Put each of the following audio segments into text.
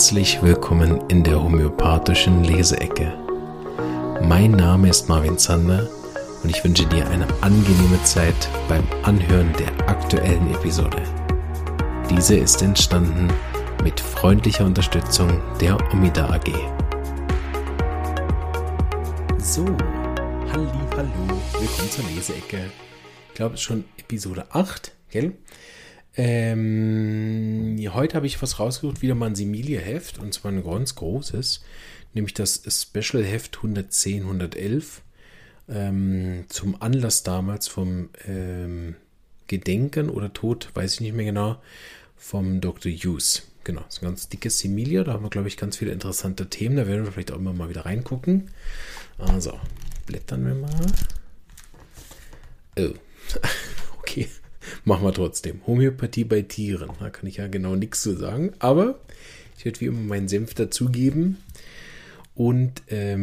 Herzlich willkommen in der homöopathischen Leseecke. Mein Name ist Marvin Zander und ich wünsche dir eine angenehme Zeit beim Anhören der aktuellen Episode. Diese ist entstanden mit freundlicher Unterstützung der Omida AG. So, hallo, willkommen zur Leseecke. Ich glaube, es ist schon Episode 8, gell? Heute habe ich was rausgesucht, wieder mal ein Similia-Heft, und zwar ein ganz großes, nämlich das Special-Heft 110-111, zum Anlass damals vom Gedenken oder Tod, weiß ich nicht mehr genau, vom Dr. Hughes. Genau, das ist ein ganz dickes Similia, da haben wir, glaube ich, ganz viele interessante Themen, da werden wir vielleicht auch immer mal wieder reingucken. Also, blättern wir mal. Oh, okay. Machen wir trotzdem. Homöopathie bei Tieren. Da kann ich ja genau nichts zu sagen. Aber ich werde wie immer meinen Senf dazugeben und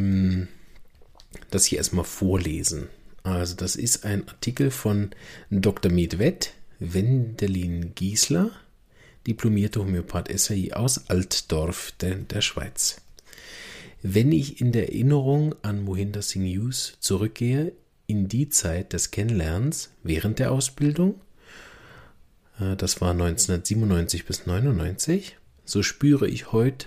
das hier erstmal vorlesen. Also das ist ein Artikel von Dr. Medved Wendelin Giesler, diplomierte Homöopath SAI aus Altdorf der Schweiz. Wenn ich in der Erinnerung an Mohinder Singh Hughes zurückgehe, in die Zeit des Kennenlernens während der Ausbildung, das war 1997 bis 99, so spüre ich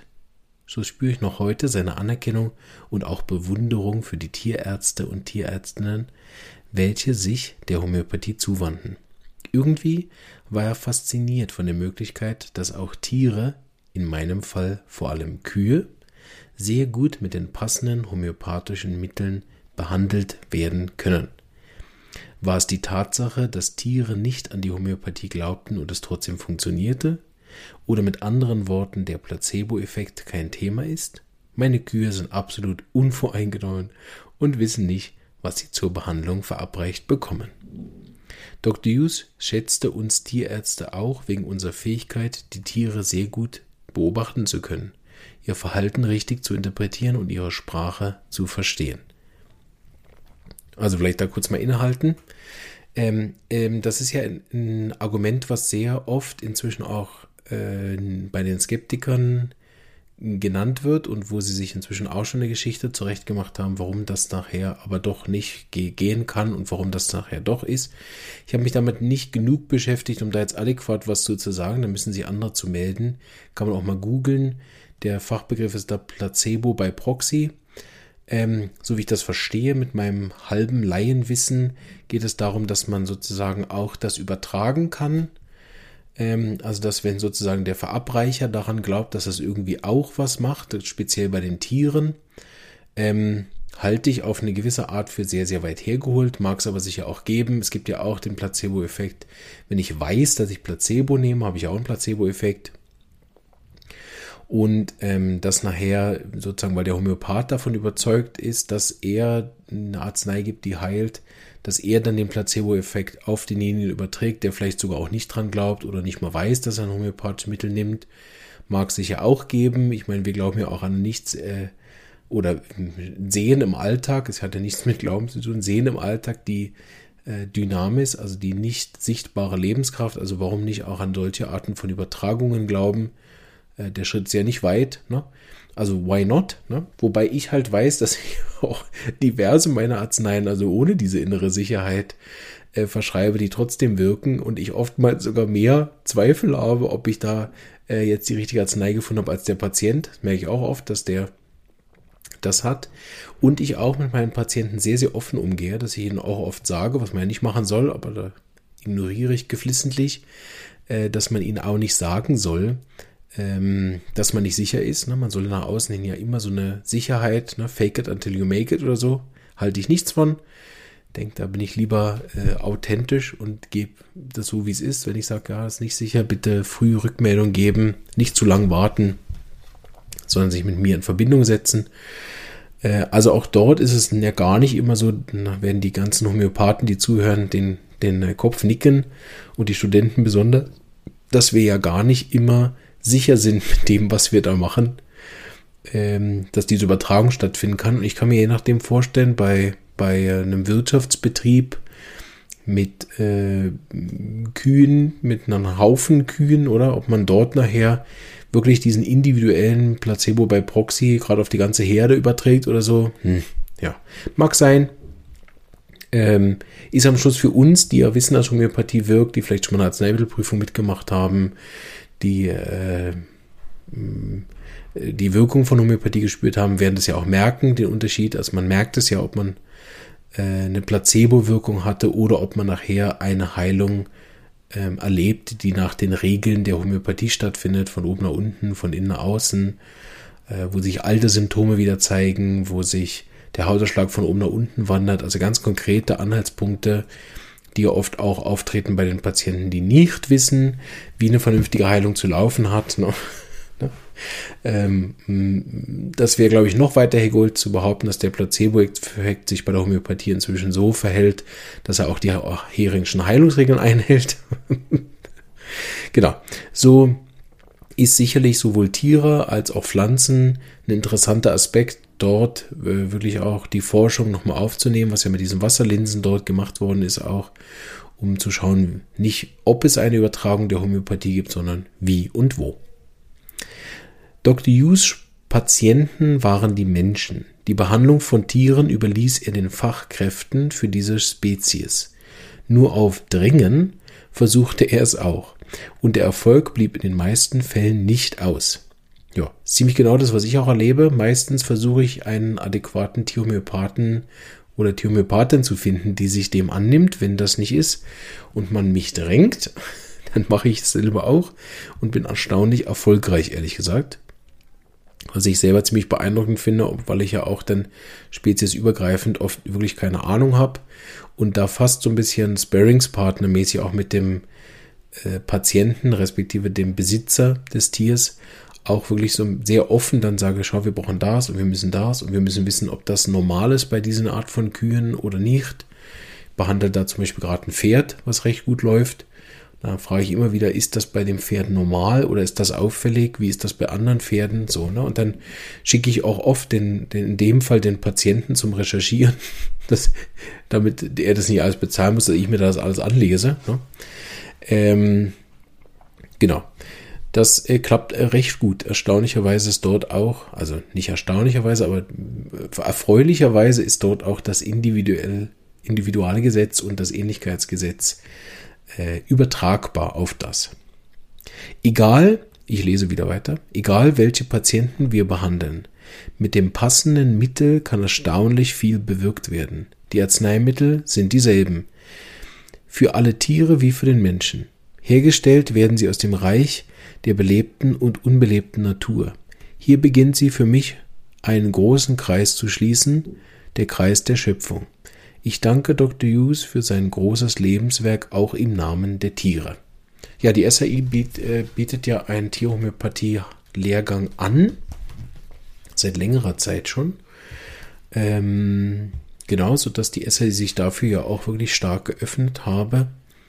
noch heute seine Anerkennung und auch Bewunderung für die Tierärzte und Tierärztinnen, welche sich der Homöopathie zuwandten. Irgendwie war er fasziniert von der Möglichkeit, dass auch Tiere, in meinem Fall vor allem Kühe, sehr gut mit den passenden homöopathischen Mitteln behandelt werden können. War es die Tatsache, dass Tiere nicht an die Homöopathie glaubten und es trotzdem funktionierte? Oder mit anderen Worten, der Placebo-Effekt kein Thema ist? Meine Kühe sind absolut unvoreingenommen und wissen nicht, was sie zur Behandlung verabreicht bekommen. Dr. Hughes schätzte uns Tierärzte auch wegen unserer Fähigkeit, die Tiere sehr gut beobachten zu können, ihr Verhalten richtig zu interpretieren und ihre Sprache zu verstehen. Also vielleicht da kurz mal innehalten. Das ist ja ein Argument, was sehr oft inzwischen auch bei den Skeptikern genannt wird und wo sie sich inzwischen auch schon eine Geschichte zurechtgemacht haben, warum das nachher aber doch nicht gehen kann und warum das nachher doch ist. Ich habe mich damit nicht genug beschäftigt, um da jetzt adäquat was zu sagen. Da müssen Sie andere zu melden. Kann man auch mal googeln. Der Fachbegriff ist da Placebo bei Proxy. So wie ich das verstehe, mit meinem halben Laienwissen, geht es darum, dass man sozusagen auch das übertragen kann. Also dass wenn sozusagen der Verabreicher daran glaubt, dass es irgendwie auch was macht, speziell bei den Tieren, halte ich auf eine gewisse Art für sehr, sehr weit hergeholt, mag es aber sicher auch geben. Es gibt ja auch den Placebo-Effekt. Wenn ich weiß, dass ich Placebo nehme, habe ich auch einen Placebo-Effekt. Und das nachher sozusagen, weil der Homöopath davon überzeugt ist, dass er eine Arznei gibt, die heilt, dass er dann den Placebo-Effekt auf denjenigen überträgt, der vielleicht sogar auch nicht dran glaubt oder nicht mal weiß, dass er ein homöopathisches Mittel nimmt, mag es sicher auch geben. Ich meine, wir glauben ja auch an nichts oder sehen im Alltag, es hat ja nichts mit Glauben zu tun, sehen im Alltag die Dynamis, also die nicht sichtbare Lebenskraft, also warum nicht auch an solche Arten von Übertragungen glauben. Der Schritt ist ja nicht weit, ne? Also why not? Ne? Wobei ich halt weiß, dass ich auch diverse meiner Arzneien, also ohne diese innere Sicherheit, verschreibe, die trotzdem wirken und ich oftmals sogar mehr Zweifel habe, ob ich da jetzt die richtige Arznei gefunden habe als der Patient. Das merke ich auch oft, dass der das hat. Und ich auch mit meinen Patienten sehr, sehr offen umgehe, dass ich ihnen auch oft sage, was man ja nicht machen soll, aber da ignoriere ich geflissentlich, dass man ihnen auch nicht sagen soll, dass man nicht sicher ist. Ne? Man soll nach außen hin ja immer so eine Sicherheit, ne? Fake it until you make it oder so, halte ich nichts von. Denke, da bin ich lieber authentisch und gebe das so, wie es ist. Wenn ich sage, ja, ist nicht sicher, bitte früh Rückmeldung geben, nicht zu lang warten, sondern sich mit mir in Verbindung setzen. Also auch dort ist es ja gar nicht immer so, da werden die ganzen Homöopathen, die zuhören, den Kopf nicken und die Studenten besonders, dass wir ja gar nicht immer sicher sind mit dem, was wir da machen, dass diese Übertragung stattfinden kann. Und ich kann mir je nachdem vorstellen, bei einem Wirtschaftsbetrieb mit Kühen, mit einem Haufen Kühen, oder ob man dort nachher wirklich diesen individuellen Placebo bei Proxy gerade auf die ganze Herde überträgt oder so. Ja, mag sein. Ist am Schluss für uns, die ja wissen, dass Homöopathie wirkt, die vielleicht schon mal eine Arzneimittelprüfung mitgemacht haben, die Wirkung von Homöopathie gespürt haben, werden das ja auch merken, den Unterschied. Also man merkt es ja, ob man eine Placebo-Wirkung hatte oder ob man nachher eine Heilung erlebt, die nach den Regeln der Homöopathie stattfindet, von oben nach unten, von innen nach außen, wo sich alte Symptome wieder zeigen, wo sich der Hautausschlag von oben nach unten wandert. Also ganz konkrete Anhaltspunkte, die ja oft auch auftreten bei den Patienten, die nicht wissen, wie eine vernünftige Heilung zu laufen hat. Das wäre, glaube ich, noch weiter hergeholt zu behaupten, dass der Placebo-Effekt sich bei der Homöopathie inzwischen so verhält, dass er auch die Heringschen Heilungsregeln einhält. Genau. So ist sicherlich sowohl Tiere als auch Pflanzen ein interessanter Aspekt, dort wirklich auch die Forschung nochmal aufzunehmen, was ja mit diesen Wasserlinsen dort gemacht worden ist, auch um zu schauen, nicht ob es eine Übertragung der Homöopathie gibt, sondern wie und wo. Dr. Hughes' Patienten waren die Menschen. Die Behandlung von Tieren überließ er den Fachkräften für diese Spezies. Nur auf Drängen versuchte er es auch. Und der Erfolg blieb in den meisten Fällen nicht aus. Ja, ziemlich genau das, was ich auch erlebe. Meistens versuche ich einen adäquaten Tierhomöopathen oder Tierhomöopathin zu finden, die sich dem annimmt. Wenn das nicht ist und man mich drängt, dann mache ich es selber auch und bin erstaunlich erfolgreich, ehrlich gesagt. Was ich selber ziemlich beeindruckend finde, weil ich ja auch dann speziesübergreifend oft wirklich keine Ahnung habe und da fast so ein bisschen Sparringspartner-mäßig auch mit dem Patienten, respektive dem Besitzer des Tiers, auch wirklich so sehr offen dann sage, schau, wir brauchen das und wir müssen wissen, ob das normal ist bei diesen Art von Kühen oder nicht. Ich behandle da zum Beispiel gerade ein Pferd, was recht gut läuft. Da frage ich immer wieder, ist das bei dem Pferd normal oder ist das auffällig? Wie ist das bei anderen Pferden? So, ne? Und dann schicke ich auch oft in dem Fall den Patienten zum Recherchieren, damit er das nicht alles bezahlen muss, dass ich mir das alles anlese. Ne? Genau. Das klappt recht gut. Erstaunlicherweise ist dort auch, also nicht erstaunlicherweise, aber erfreulicherweise ist dort auch das Individualgesetz und das Ähnlichkeitsgesetz übertragbar auf das. Egal, ich lese wieder weiter, egal welche Patienten wir behandeln, mit dem passenden Mittel kann erstaunlich viel bewirkt werden. Die Arzneimittel sind dieselben. Für alle Tiere wie für den Menschen. Hergestellt werden sie aus dem Reich der belebten und unbelebten Natur. Hier beginnt sie für mich, einen großen Kreis zu schließen, der Kreis der Schöpfung. Ich danke Dr. Hughes für sein großes Lebenswerk, auch im Namen der Tiere. Ja, die SAI bietet ja einen Tierhomöopathie-Lehrgang an, seit längerer Zeit schon. Genau, sodass die SAI sich dafür ja auch wirklich stark geöffnet haben.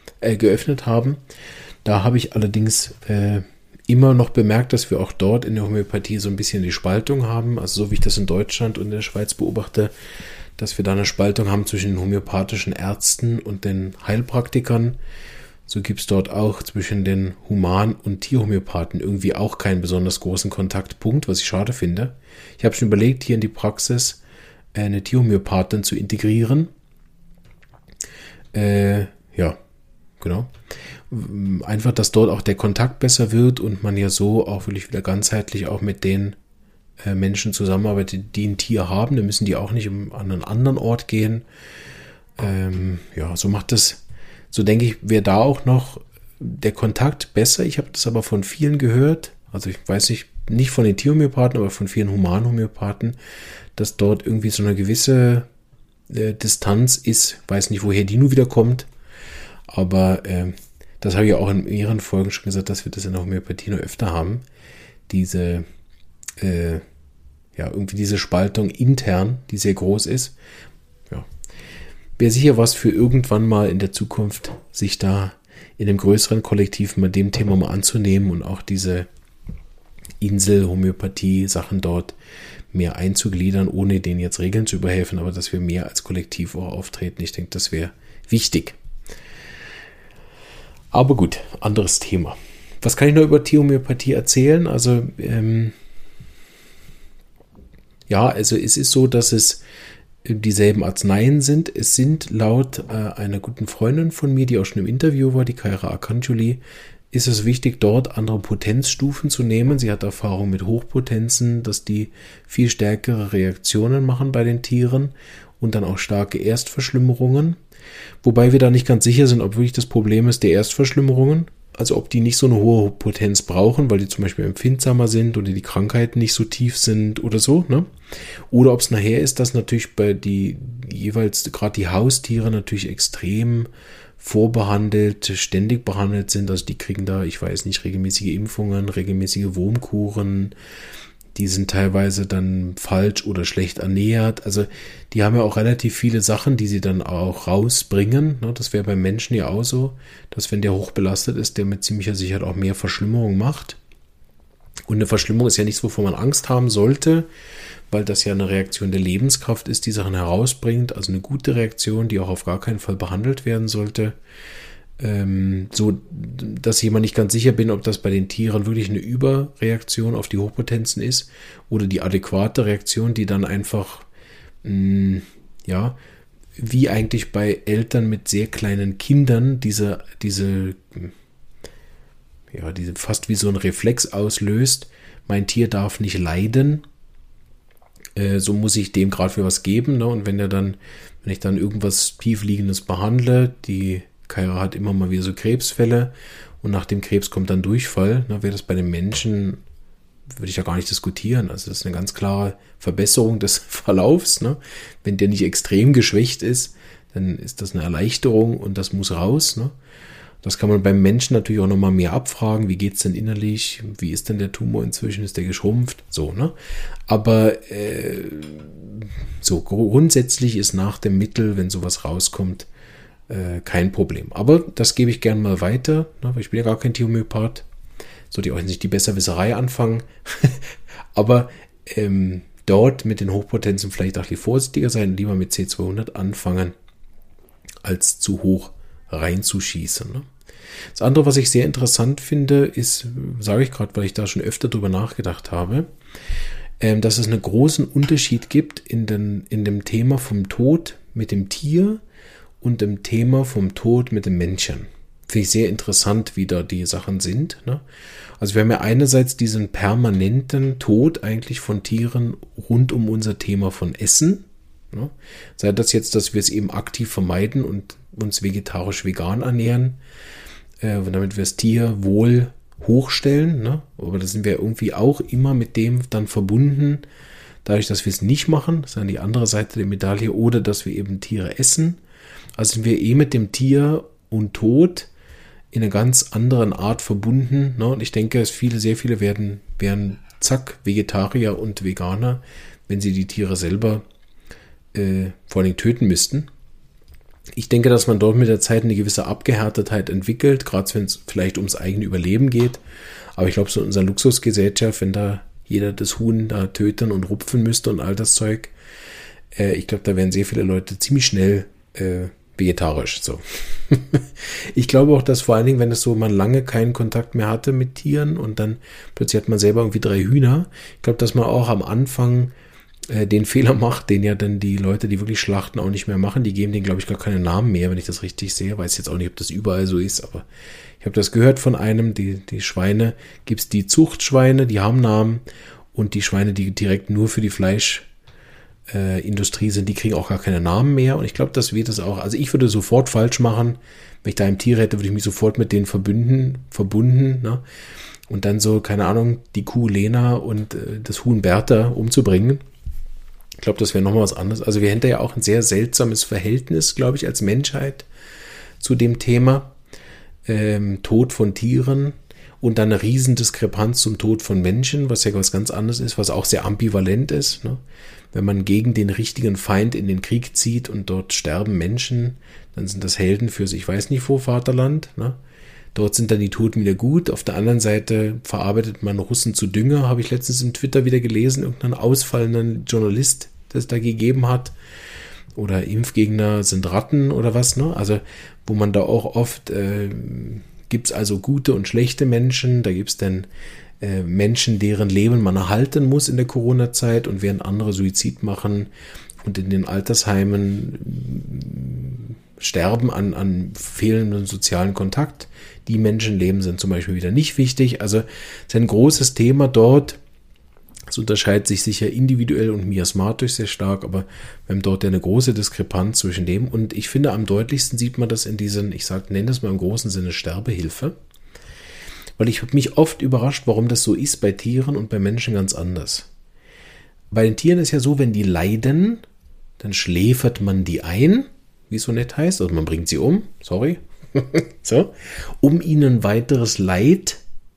Da habe ich allerdings immer noch bemerkt, dass wir auch dort in der Homöopathie so ein bisschen die Spaltung haben, also so wie ich das in Deutschland und in der Schweiz beobachte, dass wir da eine Spaltung haben zwischen den homöopathischen Ärzten und den Heilpraktikern. So gibt es dort auch zwischen den Human- und Tierhomöopathen irgendwie auch keinen besonders großen Kontaktpunkt, was ich schade finde. Ich habe schon überlegt, hier in die Praxis eine Tierhomöopathin zu integrieren. Ja, genau. Einfach, dass dort auch der Kontakt besser wird und man ja so auch wirklich wieder ganzheitlich auch mit den Menschen zusammenarbeitet, die ein Tier haben. Dann müssen die auch nicht an einen anderen Ort gehen. Ja, so denke ich, wäre da auch noch der Kontakt besser. Ich habe das aber von vielen gehört, also ich weiß nicht von den Tierhomöopathen, aber von vielen Humanhomöopathen, dass dort irgendwie so eine gewisse Distanz ist. Weiß nicht, woher die nun wieder kommt, aber das habe ich ja auch in ihren Folgen schon gesagt, dass wir das in der Homöopathie noch öfter haben. Irgendwie diese Spaltung intern, die sehr groß ist. Ja. Wäre sicher was für irgendwann mal in der Zukunft, sich da in einem größeren Kollektiv mal dem Thema mal anzunehmen und auch diese Insel-Homöopathie-Sachen dort mehr einzugliedern, ohne denen jetzt Regeln zu überhelfen, aber dass wir mehr als Kollektiv auch auftreten. Ich denke, das wäre wichtig. Aber gut, anderes Thema. Was kann ich noch über Tierhomöopathie erzählen? Also, also es ist so, dass es dieselben Arzneien sind. Es sind laut einer guten Freundin von mir, die auch schon im Interview war, die Kaira Akanjuli, ist es wichtig, dort andere Potenzstufen zu nehmen. Sie hat Erfahrung mit Hochpotenzen, dass die viel stärkere Reaktionen machen bei den Tieren und dann auch starke Erstverschlimmerungen. Wobei wir da nicht ganz sicher sind, ob wirklich das Problem ist der Erstverschlimmerungen, also ob die nicht so eine hohe Potenz brauchen, weil die zum Beispiel empfindsamer sind oder die Krankheiten nicht so tief sind oder so, ne? Oder ob es nachher ist, dass natürlich bei die jeweils gerade die Haustiere natürlich extrem vorbehandelt, ständig behandelt sind. Also die kriegen da, ich weiß nicht, regelmäßige Impfungen, regelmäßige Wurmkuren. Die sind teilweise dann falsch oder schlecht ernährt. Also die haben ja auch relativ viele Sachen, die sie dann auch rausbringen. Das wäre beim Menschen ja auch so, dass wenn der hochbelastet ist, der mit ziemlicher Sicherheit auch mehr Verschlimmerung macht. Und eine Verschlimmerung ist ja nichts, wovon man Angst haben sollte, weil das ja eine Reaktion der Lebenskraft ist, die Sachen herausbringt. Also eine gute Reaktion, die auch auf gar keinen Fall behandelt werden sollte. So, dass ich immer nicht ganz sicher bin, ob das bei den Tieren wirklich eine Überreaktion auf die Hochpotenzen ist oder die adäquate Reaktion, die dann einfach, wie eigentlich bei Eltern mit sehr kleinen Kindern diese fast wie so ein Reflex auslöst. Mein Tier darf nicht leiden. So muss ich dem gerade für was geben. Ne? Und wenn ich dann irgendwas tiefliegendes behandle, die Kaira hat immer mal wieder so Krebsfälle und nach dem Krebs kommt dann Durchfall. Ne? Wäre das bei den Menschen, würde ich ja gar nicht diskutieren. Also das ist eine ganz klare Verbesserung des Verlaufs. Ne? Wenn der nicht extrem geschwächt ist, dann ist das eine Erleichterung und das muss raus. Ne? Das kann man beim Menschen natürlich auch nochmal mehr abfragen. Wie geht es denn innerlich? Wie ist denn der Tumor inzwischen? Ist der geschrumpft? So, ne? Aber so grundsätzlich ist nach dem Mittel, wenn sowas rauskommt, kein Problem. Aber das gebe ich gerne mal weiter, ne? Weil ich bin ja gar kein Tierhomöopath. Sollte ich auch nicht die Besserwisserei anfangen. Aber dort mit den Hochpotenzen vielleicht auch vorsichtiger sein, lieber mit C200 anfangen, als zu hoch reinzuschießen. Ne? Das andere, was ich sehr interessant finde, ist, sage ich gerade, weil ich da schon öfter drüber nachgedacht habe, dass es einen großen Unterschied gibt in dem Thema vom Tod mit dem Tier und dem Thema vom Tod mit dem Menschen. Finde ich sehr interessant, wie da die Sachen sind. Ne? Also wir haben ja einerseits diesen permanenten Tod eigentlich von Tieren rund um unser Thema von Essen. Ne? Sei das jetzt, dass wir es eben aktiv vermeiden und uns vegetarisch-vegan ernähren, damit wir das Tier wohl hochstellen. Ne? Aber da sind wir irgendwie auch immer mit dem dann verbunden, dadurch, dass wir es nicht machen. Das ist dann die andere Seite der Medaille. Oder dass wir eben Tiere essen. Also sind wir mit dem Tier und Tod in einer ganz anderen Art verbunden. Ne? Und ich denke, sehr viele wären Vegetarier und Veganer, wenn sie die Tiere selber vor allem töten müssten. Ich denke, dass man dort mit der Zeit eine gewisse Abgehärtetheit entwickelt, gerade wenn es vielleicht ums eigene Überleben geht. Aber ich glaube, so in unserer Luxusgesellschaft, wenn da jeder das Huhn da töten und rupfen müsste und all das Zeug, ich glaube, da wären sehr viele Leute ziemlich schnell vegetarisch. So. Ich glaube auch, dass vor allen Dingen, wenn es so man lange keinen Kontakt mehr hatte mit Tieren und dann plötzlich hat man selber irgendwie 3 Hühner, ich glaube, dass man auch am Anfang den Fehler macht, den ja dann die Leute, die wirklich schlachten, auch nicht mehr machen. Die geben denen, glaube ich, gar keine Namen mehr, wenn ich das richtig sehe. Weiß jetzt auch nicht, ob das überall so ist, aber ich habe das gehört von einem, die Schweine, gibt es die Zuchtschweine, die haben Namen und die Schweine, die direkt nur für die Fleischindustrie sind, die kriegen auch gar keine Namen mehr und ich glaube, das wird es auch, also ich würde sofort falsch machen, wenn ich da ein Tier hätte, würde ich mich sofort mit denen verbunden, ne? Und dann so, keine Ahnung, die Kuh Lena und das Huhn Bertha umzubringen. Ich glaube, das wäre nochmal was anderes. Also wir hätten da ja auch ein sehr seltsames Verhältnis, glaube ich, als Menschheit zu dem Thema Tod von Tieren und dann eine Riesendiskrepanz zum Tod von Menschen, was ja was ganz anderes ist, was auch sehr ambivalent ist. Ne? Wenn man gegen den richtigen Feind in den Krieg zieht und dort sterben Menschen, dann sind das Helden fürs, ich weiß nicht, wo Vaterland. Ne? Dort sind dann die Toten wieder gut. Auf der anderen Seite verarbeitet man Russen zu Dünger, habe ich letztens im Twitter wieder gelesen, irgendeinen ausfallenden Journalist, der es da gegeben hat. Oder Impfgegner sind Ratten oder was, ne? Also, wo man da auch oft gibt es also gute und schlechte Menschen, da gibt es dann Menschen, deren Leben man erhalten muss in der Corona-Zeit und während andere Suizid machen und in den Altersheimen sterben an fehlendem sozialen Kontakt. Die Menschenleben sind zum Beispiel wieder nicht wichtig. Also es ist ein großes Thema dort. Es unterscheidet sich sicher individuell und miasmatisch sehr stark, aber wir haben dort ja eine große Diskrepanz zwischen dem. Und ich finde, am deutlichsten sieht man das in diesen, nenne das mal im großen Sinne Sterbehilfe. Weil ich habe mich oft überrascht, warum das so ist bei Tieren und bei Menschen ganz anders. Bei den Tieren ist ja so, wenn die leiden, dann schläfert man die ein, wie es so nett heißt, also man bringt sie um, so, um ihnen weiteres Leid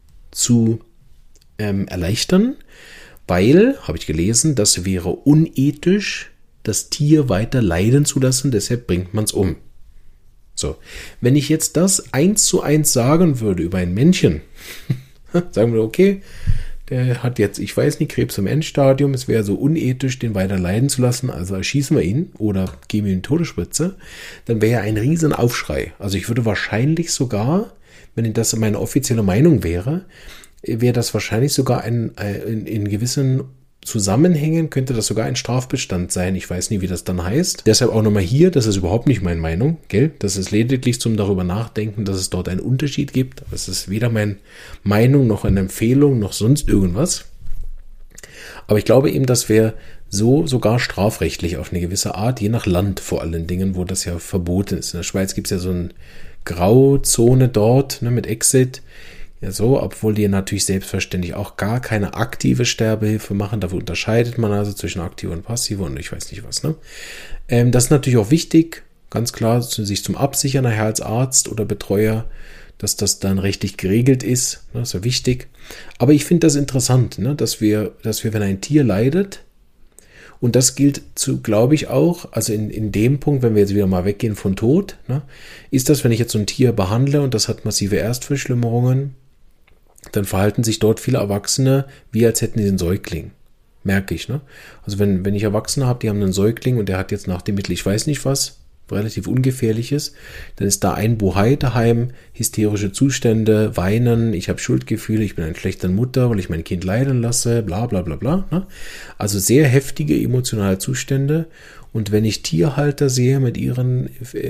zu erleichtern, weil, habe ich gelesen, das wäre unethisch, das Tier weiter leiden zu lassen, deshalb bringt man es um. So, wenn ich jetzt das 1:1 sagen würde über ein Männchen, sagen wir, okay, der hat jetzt, ich weiß nicht, Krebs im Endstadium, es wäre so unethisch, den weiter leiden zu lassen, also erschießen wir ihn oder geben ihm eine Todesspritze, dann wäre ja ein riesen Aufschrei. Also ich würde wahrscheinlich sogar, wenn das meine offizielle Meinung wäre das wahrscheinlich sogar in gewissen Zusammenhängen könnte das sogar ein Strafbestand sein. Ich weiß nie, wie das dann heißt. Deshalb auch nochmal hier, das ist überhaupt nicht meine Meinung, gell? Das ist lediglich zum darüber nachdenken, dass es dort einen Unterschied gibt. Aber es ist weder meine Meinung noch eine Empfehlung noch sonst irgendwas. Aber ich glaube eben, das wäre so sogar strafrechtlich auf eine gewisse Art, je nach Land vor allen Dingen, wo das ja verboten ist. In der Schweiz gibt es ja so eine Grauzone dort, ne, mit Exit. Ja, so, obwohl die natürlich selbstverständlich auch gar keine aktive Sterbehilfe machen. Dafür unterscheidet man also zwischen aktive und passive und ich weiß nicht was. Ne? Das ist natürlich auch wichtig, ganz klar, sich zum Absichern nachher als Arzt oder Betreuer, dass das dann richtig geregelt ist. Ne? Das ist ja wichtig. Aber ich finde das interessant, ne? dass wir, wenn ein Tier leidet, und das gilt glaube ich auch, also in dem Punkt, wenn wir jetzt wieder mal weggehen von Tod, ne, ist das, wenn ich jetzt so ein Tier behandle und das hat massive Erstverschlimmerungen, dann verhalten sich dort viele Erwachsene, wie als hätten die einen Säugling. Merke ich, ne? Also wenn ich Erwachsene habe, die haben einen Säugling und der hat jetzt nach dem Mittel, ich weiß nicht was, relativ ungefährliches, dann ist da ein Bohai daheim, hysterische Zustände, Weinen, ich habe Schuldgefühle, ich bin eine schlechte Mutter, weil ich mein Kind leiden lasse, bla bla bla bla. Ne? Also sehr heftige emotionale Zustände. Und wenn ich Tierhalter sehe mit ihren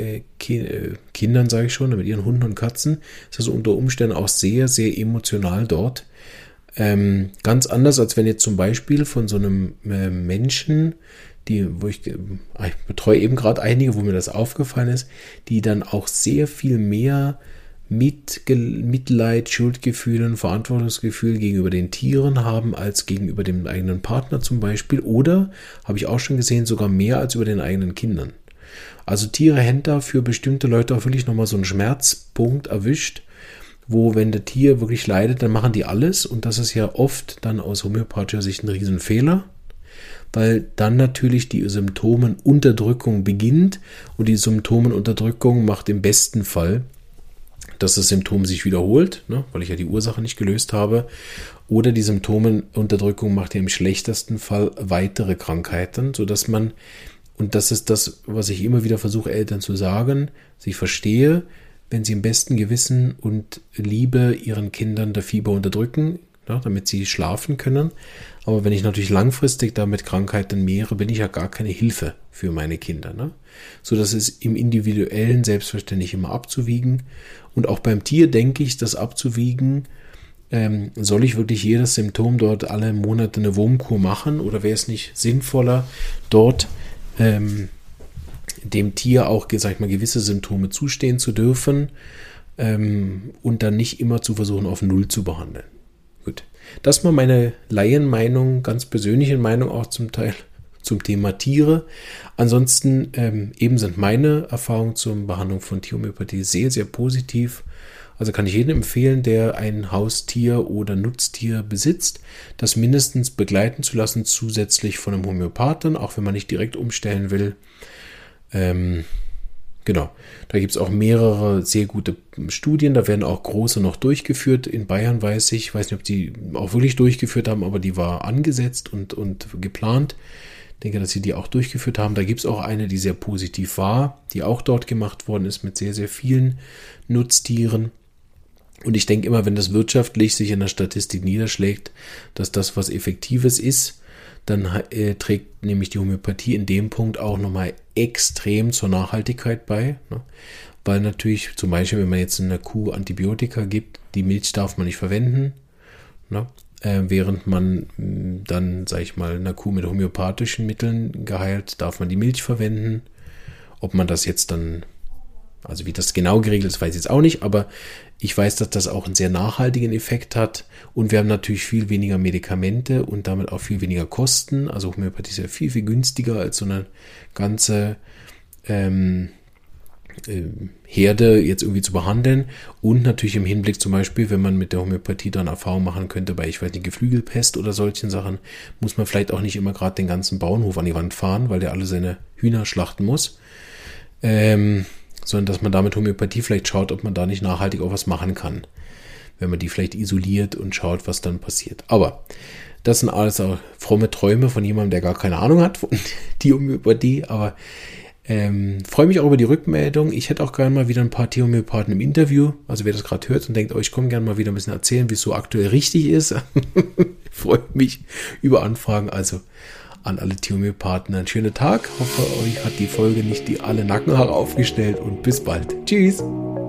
Kindern, sage ich schon, mit ihren Hunden und Katzen, ist das unter Umständen auch sehr, sehr emotional dort. Ganz anders, als wenn jetzt zum Beispiel von so einem Menschen, ich betreue eben gerade einige, wo mir das aufgefallen ist, die dann auch sehr viel mehr Mitleid, Schuldgefühlen, Verantwortungsgefühl gegenüber den Tieren haben als gegenüber dem eigenen Partner zum Beispiel oder, habe ich auch schon gesehen, sogar mehr als über den eigenen Kindern. Also Tiere haben da für bestimmte Leute auch wirklich nochmal so einen Schmerzpunkt erwischt, wo wenn das Tier wirklich leidet, dann machen die alles und das ist ja oft dann aus homöopathischer Sicht ein Riesenfehler, weil dann natürlich die Symptomenunterdrückung beginnt und die Symptomenunterdrückung macht im besten Fall, dass das Symptom sich wiederholt, ne, weil ich ja die Ursache nicht gelöst habe, oder die Symptomenunterdrückung macht ja im schlechtesten Fall weitere Krankheiten, sodass man, und das ist das, was ich immer wieder versuche Eltern zu sagen, ich verstehe, wenn sie im besten Gewissen und Liebe ihren Kindern das Fieber unterdrücken, ja, damit sie schlafen können. Aber wenn ich natürlich langfristig damit Krankheiten mehre, bin ich ja gar keine Hilfe für meine Kinder. Ne? So, das ist im Individuellen selbstverständlich immer abzuwiegen. Und auch beim Tier denke ich, das abzuwiegen, soll ich wirklich jedes Symptom dort alle Monate eine Wurmkur machen oder wäre es nicht sinnvoller, dort dem Tier auch, sag ich mal, gewisse Symptome zustehen zu dürfen und dann nicht immer zu versuchen, auf Null zu behandeln. Gut, das war meine Laienmeinung, ganz persönliche Meinung auch zum Teil zum Thema Tiere. Ansonsten eben sind meine Erfahrungen zur Behandlung von Tierhomöopathie sehr, sehr positiv. Also kann ich jedem empfehlen, der ein Haustier oder Nutztier besitzt, das mindestens begleiten zu lassen, zusätzlich von einem Homöopathen, auch wenn man nicht direkt umstellen will. Genau, da gibt es auch mehrere sehr gute Studien, da werden auch große noch durchgeführt. In Bayern weiß nicht, ob die auch wirklich durchgeführt haben, aber die war angesetzt und geplant. Ich denke, dass sie die auch durchgeführt haben. Da gibt es auch eine, die sehr positiv war, die auch dort gemacht worden ist mit sehr, sehr vielen Nutztieren. Und ich denke immer, wenn das wirtschaftlich sich in der Statistik niederschlägt, dass das was Effektives ist, dann trägt nämlich die Homöopathie in dem Punkt auch nochmal extrem zur Nachhaltigkeit bei. Ne? Weil natürlich zum Beispiel, wenn man jetzt einer Kuh Antibiotika gibt, die Milch darf man nicht verwenden, ne? Während man dann, sage ich mal, einer Kuh mit homöopathischen Mitteln geheilt, darf man die Milch verwenden. Ob man das jetzt dann, also wie das genau geregelt ist, weiß ich jetzt auch nicht, aber ich weiß, dass das auch einen sehr nachhaltigen Effekt hat und wir haben natürlich viel weniger Medikamente und damit auch viel weniger Kosten. Also Homöopathie ist ja viel, viel günstiger als so eine ganze Herde jetzt irgendwie zu behandeln und natürlich im Hinblick zum Beispiel, wenn man mit der Homöopathie dann Erfahrung machen könnte bei, ich weiß nicht, Geflügelpest oder solchen Sachen, muss man vielleicht auch nicht immer gerade den ganzen Bauernhof an die Wand fahren, weil der alle seine Hühner schlachten muss, sondern dass man da mit Homöopathie vielleicht schaut, ob man da nicht nachhaltig auch was machen kann, wenn man die vielleicht isoliert und schaut, was dann passiert. Aber das sind alles auch fromme Träume von jemandem, der gar keine Ahnung hat von die Homöopathie, aber freue mich auch über die Rückmeldung. Ich hätte auch gerne mal wieder ein paar Tierhomöopathen im Interview. Also wer das gerade hört und denkt, ich komme gerne mal wieder ein bisschen erzählen, wie es so aktuell richtig ist. Freue mich über Anfragen. Also an alle Tierhomöopathen einen schönen Tag. Hoffe, euch hat die Folge nicht alle Nackenhaare aufgestellt und bis bald. Tschüss.